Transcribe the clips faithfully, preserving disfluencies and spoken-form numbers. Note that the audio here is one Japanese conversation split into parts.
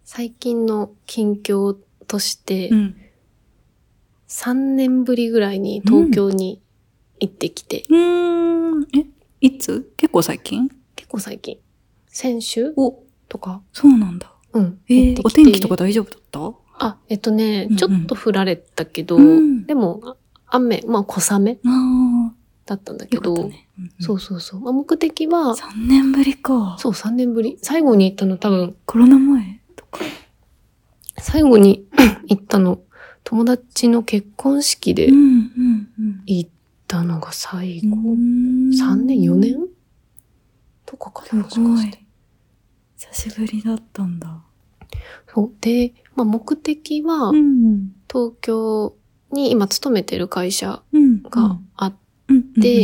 最近の近況として、 うん、 さんねんぶりぐらいに東京に行ってきて。 うーん。え、いつ？結構最近？ 結構最近。先週お、 とか。 そうなんだ。 うん。 えー、お天気とか大丈夫だった？ あ、えっとね、 うんうん、 ちょっと降られたけど、 うん、 でも、雨、まあ小雨あだったんだけど、 よかったね。うんうん、 そうそうそう。まあ、目的は、 さんねんぶりか。 そう、さんねんぶり。最後に行ったの多分、 コロナ前とか。 最後に行ったの、友達の結婚式で行ったのが最後。 うんうんうん、 さんねん、よねんとかかな。 すごい。久しぶりだったんだ。 そう。で、まあ、目的は、 うん、 東京に今勤めてる会社があって、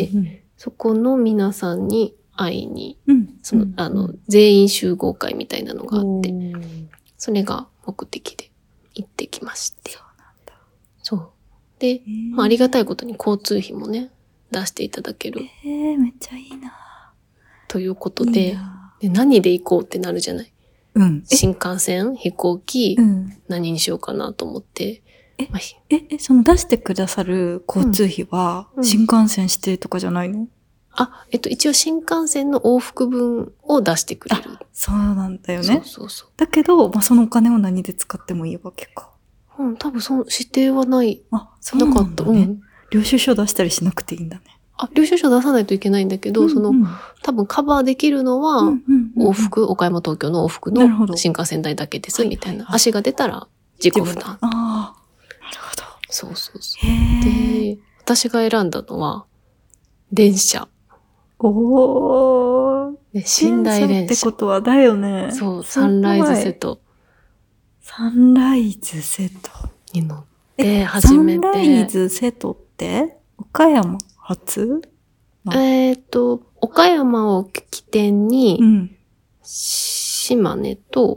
そこの皆さんに会いに、 うん、 その、あの、全員集合会みたいなのがあって、それが目的で行ってきまして。 そうなんだ。 そう。で、まあ、ありがたいことに交通費もね、出していただける。 えー、めっちゃいいな。 ということで、 いいで何で行こうってなるじゃない。 うん。 新幹線、飛行機、 うん、 何にしようかなと思って。 え、 まあ、 え、え、その出してくださる交通費は、新幹線指定とかじゃないの？うんうん、 あ、えっと、一応新幹線の往復分を出してくれる。 そうなんだよね。 そうそうそう。 だけど、まあ、そのお金を何で使ってもいいわけか。 うん、多分その指定はない。 あ、そうなんだね。なかった。うん。領収書出したりしなくていいんだね。 あ、領収書出さないといけないんだけど、うんうん、その、多分カバーできるのは、往復、うんうんうん、岡山東京の往復の新幹線代だけです、みたいな、はいはいはい。足が出たら自己負担。 ああ、なるほど。 そうそうそう。で、私が選んだのは、電車。 おー。 で、寝台電車。 ってことはだよね。 そう、サンライズセット。 サンライズセット。 に乗って初めて。 サンライズセットって岡山初？ えっと、岡山を起点に、うん、島根と、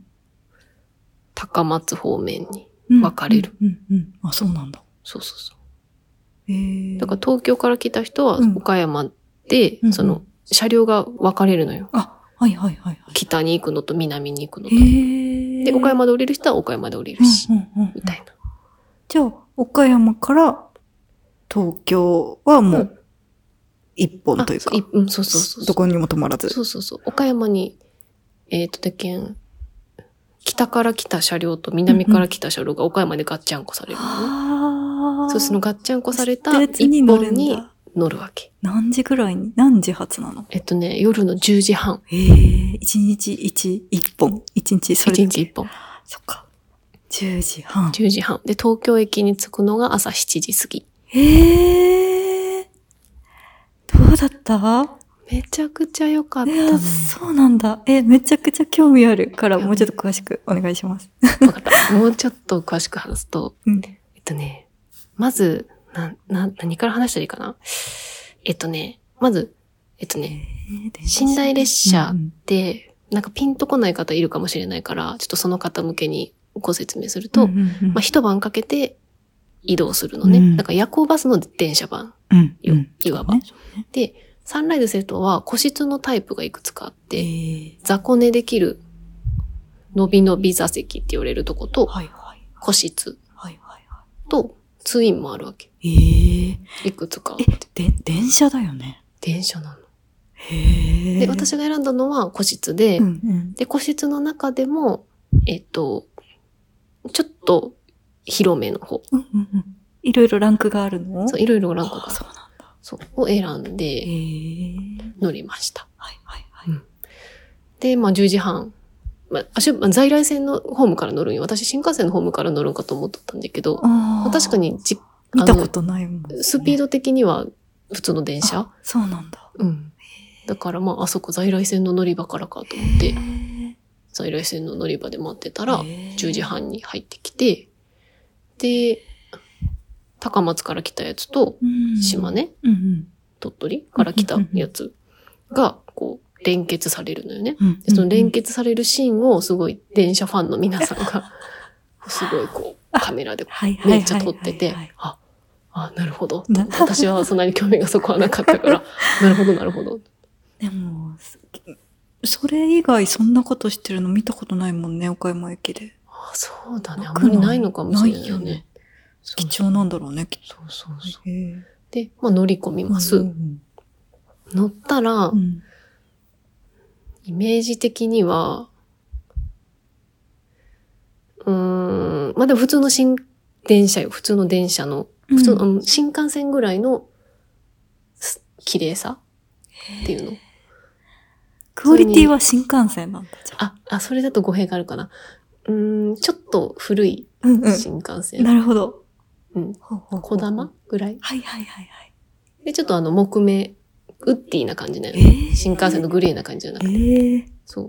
高松方面に分かれる。 うんうんうんうん、あ、そうなんだ。 そうそうそう。 へー、 だから東京から来た人は岡山で、うん、その、車両が分かれるのよ。 あ、はいはいはい、はい。 北に行くのと南に行くのと。で、岡山で降りる人は岡山で降りるし、うんうんうんうん、みたいな。 じゃあ、岡山から東京はもう一本というか、 うん、そうそうそう。 どこにも止まらず。 そうそうそう。岡山に、えっと、だけん、北から来た車両と南から来た車両が岡山でガッチャンコされるのね。うんうん、そう、そのガッチャンコされた一本に乗るわけ。 何時ぐらいに？何時発なの？ えっとね、夜のじゅうじはん。 えー、一日一、一本。一日それだけ。 一日一本。 そっか。じゅうじはん。 じゅうじはん。で、東京駅に着くのが朝しちじ過ぎ。 えー。どうだった？ めちゃくちゃ良かったね。 そうなんだ。え、めちゃくちゃ興味あるから、もうちょっと詳しくお願いします。 わかった。もうちょっと詳しく話すと、うん、えっとね、まず、な、な、何から話したらいいかな？えっとね、まず、えっとね、寝台列車って、なんかピンとこない方いるかもしれないから、ちょっとその方向けにご説明すると、うんうんうん、まあ、一晩かけて移動するのね。うん、だから夜行バスの電車版。うん、うん、いわば。ね、で、サンライズセットは個室のタイプがいくつかあって、雑魚寝できるのびのび座席って言われるとこと、はいはい、個室とツインもあるわけ。 えー、 いくつかあって。で、電車だよね。 電車なの。 へー。 で、私が選んだのは個室で、 うんうん、で、 個室の中でも、えっと、ちょっと広めの方。 うんうんうん、いろいろランクがあるの？ そう、いろいろランクがある。 そうなんだ。 そう、を選んで、乗りました。 はいはいはい。うん、 で、まあじゅうじはん。まあ、足、まあ、在来線のホームから乗るんよ。私、新幹線のホームから乗るんかと思っとったんだけど、まあ、確かにじ、 見たことないもん、ね。 スピード的には普通の電車。 そうなんだ。 うん。だからまあ、あそこ在来線の乗り場からかと思って、在来線の乗り場で待ってたら、じゅうじはんに入ってきて、で、高松から来たやつと、島根、うんうん、鳥取から来たやつが、こう、連結されるのよね。でその連結されるシーンをすごい電車ファンの皆さんが、すごいこう、カメラでめっちゃ撮ってて、あ、あ、なるほど。私はそんなに興味がそこはなかったから、なるほど、なるほど。 でも、 それ以外そんなことしてるの見たことないもんね、岡山駅で。 あ、そうだね。あんまりないのかもしれないよね。 ないよね。貴重なんだろうね、きっと。 そうそうそう。 へで、まあ乗り込みます。 うんうん乗ったら、 うん、 イメージ的には、うーん、まあでも普通の新電車よ。普通の電車の、普通の、うん、新幹線ぐらいの綺麗さっていうの。 クオリティは新幹線なんだじゃん。 あ、あ、それだと語弊があるかな。うーん、ちょっと古い新幹線。 うんうん、なるほど。 うん。小玉ぐらい。 はいはいはいはい。 で、ちょっとあの、木目、ウッディな感じだよね。えー、新幹線のグレーな感じじゃなくて。えー、そう。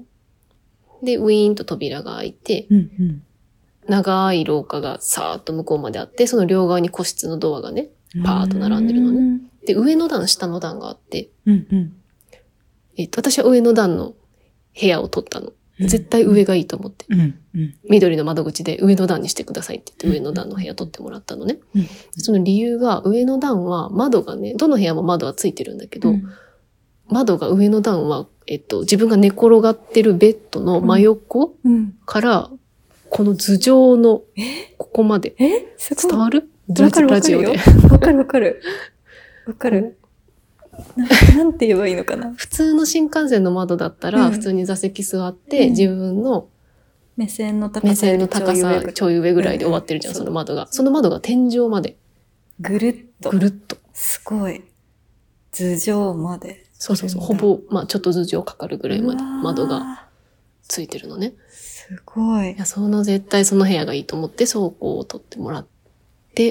で、ウィーンと扉が開いて、うんうん、長い廊下がさーっと向こうまであって、その両側に個室のドアがね、パーッと並んでるのね。で、上の段、下の段があって、うんうん、えっと、私は上の段の部屋を取ったの。絶対上がいいと思って。うんうん、緑の窓口で上の段にしてくださいって言って上の段の部屋取ってもらったのね。うん、その理由が上の段は窓がね、どの部屋も窓はついてるんだけど、うん、窓が上の段は、えっと、自分が寝転がってるベッドの真横からこの頭上のここまで。 えすごい伝わる？ ラジ、ラジオで。わかるわかる。わかる。な, なんて言えばいいのかな。 普通の新幹線の窓だったら、普通に座席座って、うん、自分の目線の高さ、 目線の高さちょい上ぐらいで終わってるじゃん、うん、その窓が。その窓が天井まで。 ぐるっと。 ぐるっと。 すごい。頭上まで。 そうそうそう。ほぼ、まあちょっと頭上かかるぐらいまで窓がついてるのね。 すごい。 いや、その絶対その部屋がいいと思って、倉庫を取ってもらって。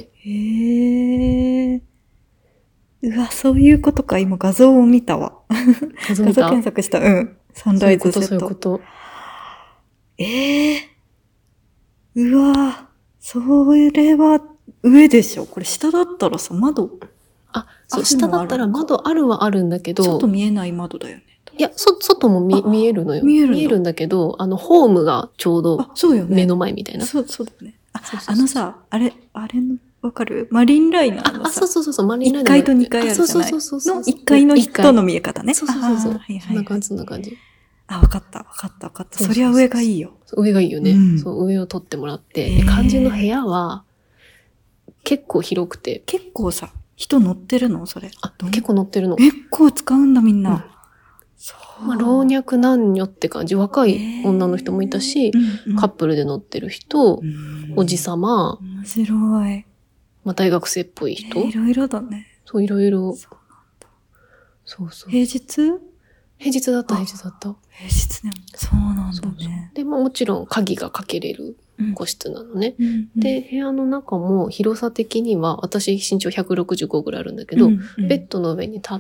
へー。うわ、そういうことか。今画像を見たわ。 画像見た？ 画像検索した。うん。サンライズセット。 そういうこと、そういうこと。 ええー。うわ、それは上でしょ。これ下だったらさ、窓。 あ、そう、下だったら窓あるはあるんだけど。 外見えない窓だよね。 いや、そ、外も見、見えるのよ。 見える見えるんだけど、あの、ホームがちょうど、目の前みたいな。 そう、そうだね。あ、そうそうそう、あのさ、あれ、あれの、わかる？マリンライナーのさ。 あ、そうそうそう、マリンライナー。いっかいとにかいあるじゃない？そうそうそうそう。のいっかいの人の見え方ね。 そうそうそうそう。はいはい。そんな感じ、そんな感じ。 あ、わかった、わかった、わかった。そりゃ上がいいよ。 上がいいよね。うん、そう、上を取ってもらって。で、肝心の部屋は、結構広くて。 結構さ、人乗ってるのそれ。 あ、結構乗ってるの。 結構使うんだ、みんな。うん、 そう。まあ、老若男女って感じ。若い女の人もいたし、うんうん、カップルで乗ってる人、うん、おじさま。 面白い。 まあ、大学生っぽい人。 いろいろだね。 そう、いろいろ。そうなんだ。そうそう。 平日？ 平日だった、平日だった。 平日でも。そうなんだね。そうそうで、まあもちろん鍵がかけれる個室なのね。うんうんうん、で、部屋の中も広さ的には、私身長ひゃくろくじゅうごぐらいあるんだけど、うんうん、ベッドの上に立って、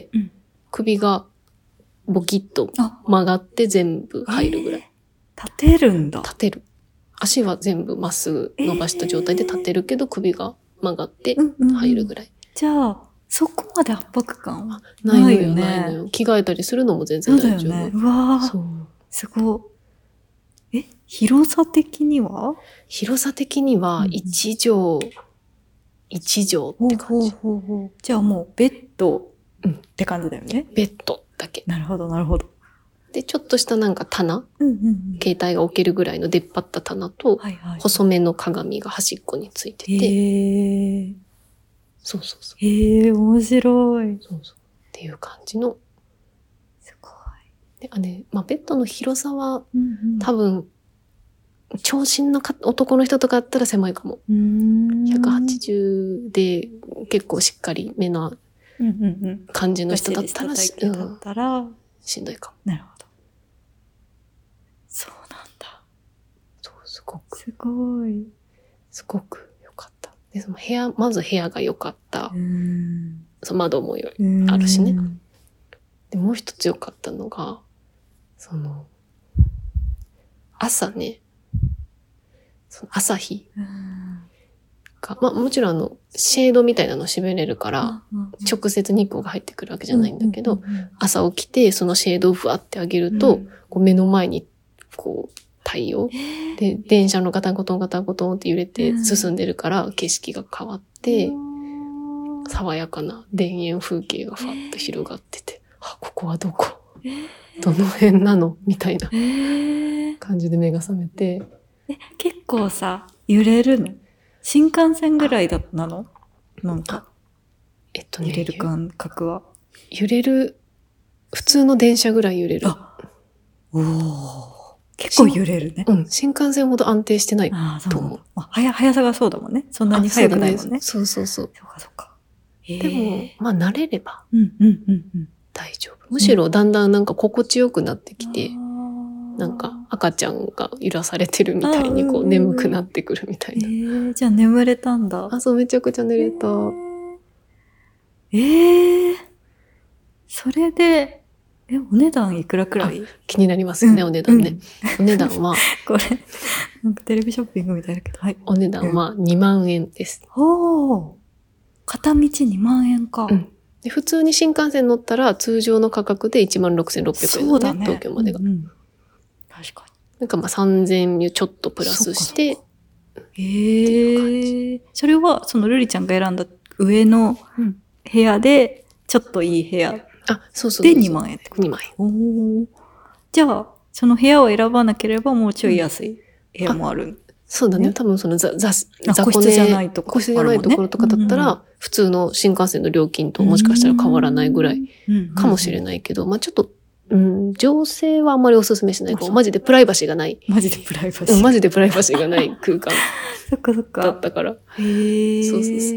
うん、首がボキッと曲がって全部入るぐらい。 えー、立てるんだ。 立てる。足は全部まっすぐ伸ばした状態で立てるけど、えー、首が曲がって入るぐらい。うんうん、 じゃあ、そこまで圧迫感はないよね。ないのよ。 着替えたりするのも全然大丈夫。 そうだよね。うわー。そう。すごい。え、広さ的には？ 広さ的には、一畳、一畳って感じ。 ほうほうほう。じゃあもう、ベッドって感じだよね。 ベッドだけ。 なるほど、なるほど。 で、ちょっとしたなんか棚、うんうんうん、携帯が置けるぐらいの出っ張った棚と、はいはい、細めの鏡が端っこについてて。へー。そうそうそう。 へえ、面白い。 そうそう。っていう感じの。 すごい。 で、あね、まあ、ベッドの広さは、うんうん、多分、長身のか男の人とかだったら狭いかも。うーんひゃくはちじゅうで結構しっかりめな感じの人だったら、し, だったら、うん、 しんどいかも。 なるほど。そうなんだ。 そう、すごく。 すごい。 すごく良かった。で、その部屋、まず部屋が良かった。うんその窓もあるしね。で、もう一つ良かったのが、その、朝ね、その朝日が、まあもちろんあの、シェードみたいなの閉めれるから、直接日光が入ってくるわけじゃないんだけど、朝起きてそのシェードをふわってあげると、こう目の前に、こう、太陽で、電車のガタンゴトンガタンゴトンって揺れて進んでるから景色が変わって、爽やかな田園風景がふわっと広がってて、あ、ここはどこどの辺なのみたいなえー、 感じで目が覚めて。 え、結構さ、揺れるの？新幹線ぐらいだなの？なんか、 えっとね、 揺れる感覚は。 揺れる、普通の電車ぐらい揺れる。 あ、おー。結構揺れるね。 うん、新幹線ほど安定してないと思う。 あ、速、速さがそうだもんね。そんなに速くないもんね。 そうそうそう。 そうかそうか。 でも、まあ慣れれば大丈夫。むしろだんだんなんか心地よくなってきて、なんか赤ちゃんが揺らされてるみたいにこう眠くなってくるみたいな。 えー、じゃあ眠れたんだ。 あ、そう、めちゃくちゃ寝れた。 えー、それで、え、お値段いくらくらい？ 気になりますよね、 うん、 お値段ね。 うん、 お値段は、 これ、なんかテレビショッピングみたいだけど、はい。 お値段はにまんえんです。 おー。片道にまんえんか。 うん。で普通に新幹線乗ったら通常の価格でいちまんろくせんろっぴゃくえんだね、東京までが。 うんうん、確かに。 なんかまあさんぜんちょっとプラスして、 へー。それは、そのルリちゃんが選んだ上の部屋で、ちょっといい部屋。 あ、そうそうそう。 でにまんえんってこと？ にまんえん。おー。じゃあ、その部屋を選ばなければもうちょい安い部屋もある。うん、 そうだね。多分その雑、雑、 雑個室じゃないところ。 個室じゃないところとかだったら、うんうん、普通の新幹線の料金ともしかしたら変わらないぐらいかもしれないけど、まあちょっと、うん、情勢はあんまりお勧めしないかも。マジでプライバシーがない。 マジでプライバシー。 うん、マジでプライバシーがない空間。 そっかそっか。 だったから。 へー。 そうそうそう。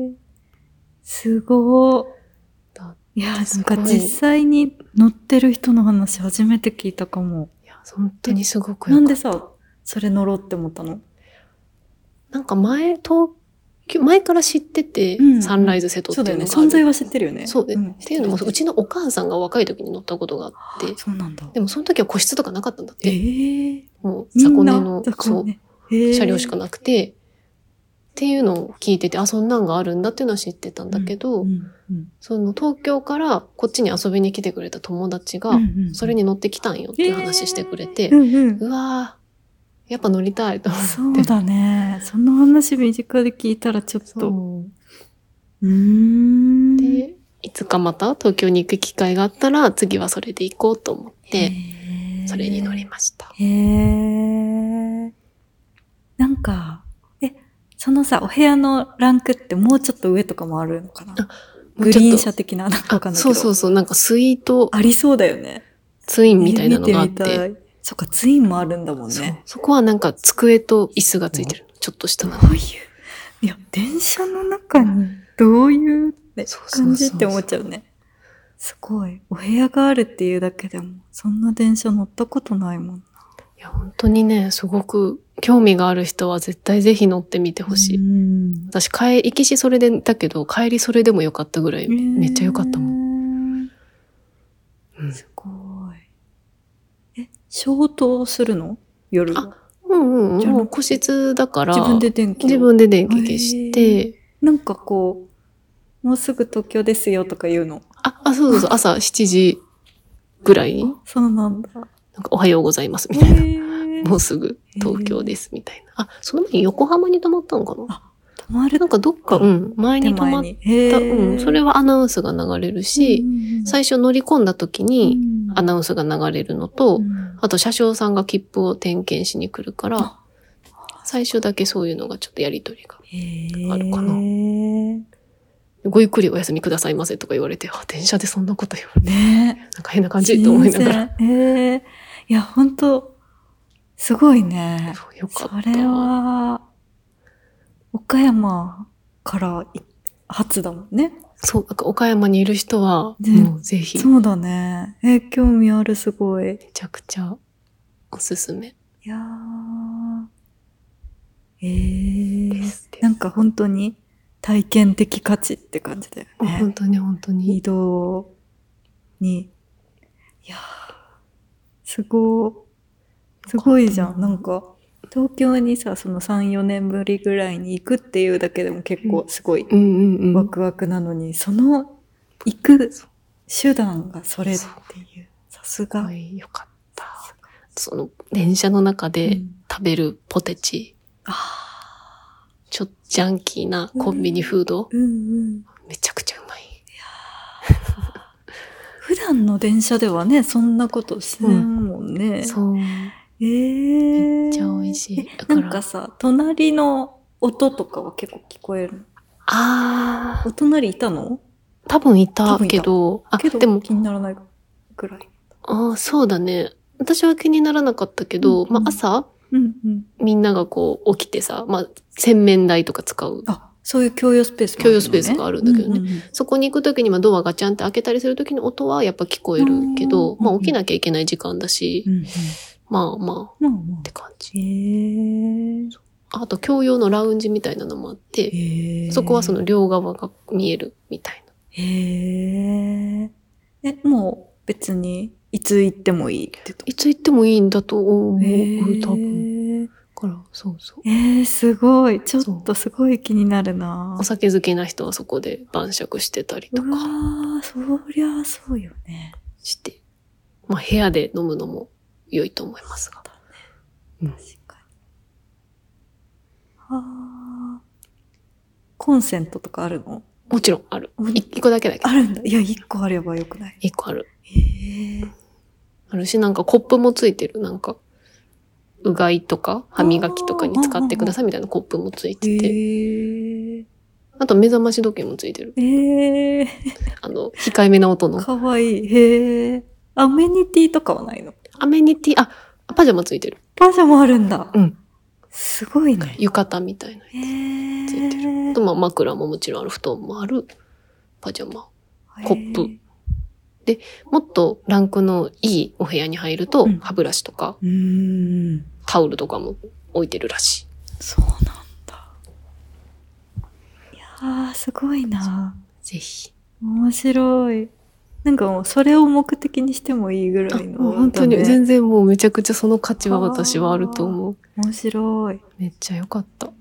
すごー。いや、なんか実際に乗ってる人の話初めて聞いたかも。 いや、本当にすごくよかった。なんでさ、それ乗ろうって思ったの？ なんか前、東京、前から知ってて、うん、サンライズ瀬戸っていうのがある。 そうだよね。存在は知ってるよね。 そうで、うん、っていうのも、うちのお母さんが若い時に乗ったことがあって。 そうなんだ。 でもその時は個室とかなかったんだって。 えー、 もう、雑魚寝の、そう、 えー、 車両しかなくて、っていうのを聞いてて、あ、そんなんがあるんだっていうのは知ってたんだけど、うんうんうん、その東京からこっちに遊びに来てくれた友達が、それに乗ってきたんよっていう話してくれて、うんうん、うわー、やっぱ乗りたいと思って。 そうだね。その話身近で聞いたらちょっと。うーんで、いつかまた東京に行く機会があったら、次はそれで行こうと思って、それに乗りました。 へー。なんか、そのさ、お部屋のランクってもうちょっと上とかもあるのかな？グリーン車的な、なんかわかんないけど。 そうそうそう、なんかスイート。 ありそうだよね。 ツインみたいなのがあって。 見てみたい。そっか、ツインもあるんだもんね。 そう。そこはなんか机と椅子がついてる。ちょっとしたな。 どういう、いや、電車の中にどういう感じって思っちゃうね。すごい。お部屋があるっていうだけでも、そんな電車乗ったことないもんな。 いや、本当にね、すごく興味がある人は絶対ぜひ乗ってみてほしい。私、帰、行きしそれで、だけど、帰りそれでもよかったぐらい、めっちゃよかったもん。 うん、すごい。え、消灯するの？夜は。 あ、うんうん。もう個室だから、 自分で電気自分で電気消して、 なんかこう、もうすぐ東京ですよとか言うの？ あ、あ、そうそうそう、朝しちじぐらいに。 そうなんだ。 なんかおはようございますみたいな。もうすぐ東京ですみたいな。あ、その前に横浜に泊まったのかな？ あ、泊まるなんかどっか、うん、前に泊まった。うん、それはアナウンスが流れるし、最初乗り込んだ時にアナウンスが流れるのと、あと車掌さんが切符を点検しに来るから、最初だけそういうのがちょっとやりとりがあるかな。ごゆっくりお休みくださいませとか言われて、あ、電車でそんなこと言われて。ね、なんか変な感じと思いながら。 えー、いや、ほんと、すごいね。 そうよかった。 それは、岡山から初だもんね。 そう、なんか岡山にいる人は、もうぜひ。 そうだね。えー、興味ある、すごい。めちゃくちゃおすすめ。 いやー。えー、ですですなんか本当に、体験的価値って感じだよね。 本当に本当に。 移動に。いやー、すごい、すごいじゃん。なんか、東京にさ、そのさん、よねんぶりぐらいに行くっていうだけでも結構すごいワクワクなのに、その行く手段がそれっていう。さすが。 よかった。その電車の中で食べるポテチ。うん、あちょっとジャンキーなコンビニフード、うんうんうん、めちゃくちゃうまい。いや普段の電車ではね、そんなことしないもんね。 うん、そう。 えー、 めっちゃ美味しい。 だからなんかさ、隣の音とかは結構聞こえる。 ああ。 お隣いたの？ 多分いたけど、 あ、けどでも気にならないぐらい。 ああ、そうだね。私は気にならなかったけど、うんうん、まあ朝、 うんうん、 みんながこう起きてさ、まあ洗面台とか使う。 あ、そういう共用スペースもあるのね。 共用スペースがあるんだけどね。うんうんうん、そこに行くときにまあドアガチャンって開けたりするときの音はやっぱ聞こえるけど、うんうん、まあ起きなきゃいけない時間だし、うんうん、まあまあ、うんうん、って感じ。へー。あと共用のラウンジみたいなのもあって、そこはその両側が見えるみたいな。 へー。え、もう別にいつ行ってもいいってと？ いつ行ってもいいんだと思う、多分。から、そうそう。 えー、すごい。ちょっとすごい気になるな。 お酒好きな人はそこで晩酌してたりとか。 うわー、そりゃそうよね。 して。まあ部屋で飲むのも良いと思いますが。 ね、うん、確かに。はー。コンセントとかあるの？ もちろんある。一個だけだけど。 あるんだ。いや、一個あればよくない？ 一個ある。 へー。 あるし、なんかコップもついてる。なんか、うがいとか歯磨きとかに使ってくださいみたいなコップもついてて。へー。あと目覚まし時計もついてる。 へー。 あの、控えめな音の。 かわいい。へー。アメニティとかはないの？ アメニティ、あ、パジャマついてる。 パジャマあるんだ。 うん。 すごいね。 浴衣みたいなやつ。へー。ついてる。あと、まあ枕ももちろんある。布団もある。パジャマ。コップ。で、もっとランクのいいお部屋に入ると、うん、歯ブラシとか、うん、タオルとかも置いてるらしい。 そうなんだ。いやー、すごいな。 ぜひ。 面白い。なんかもうそれを目的にしてもいいぐらいの、ね。 本当に全然もうめちゃくちゃその価値は私はあると思う。 面白い。 めっちゃ良かった。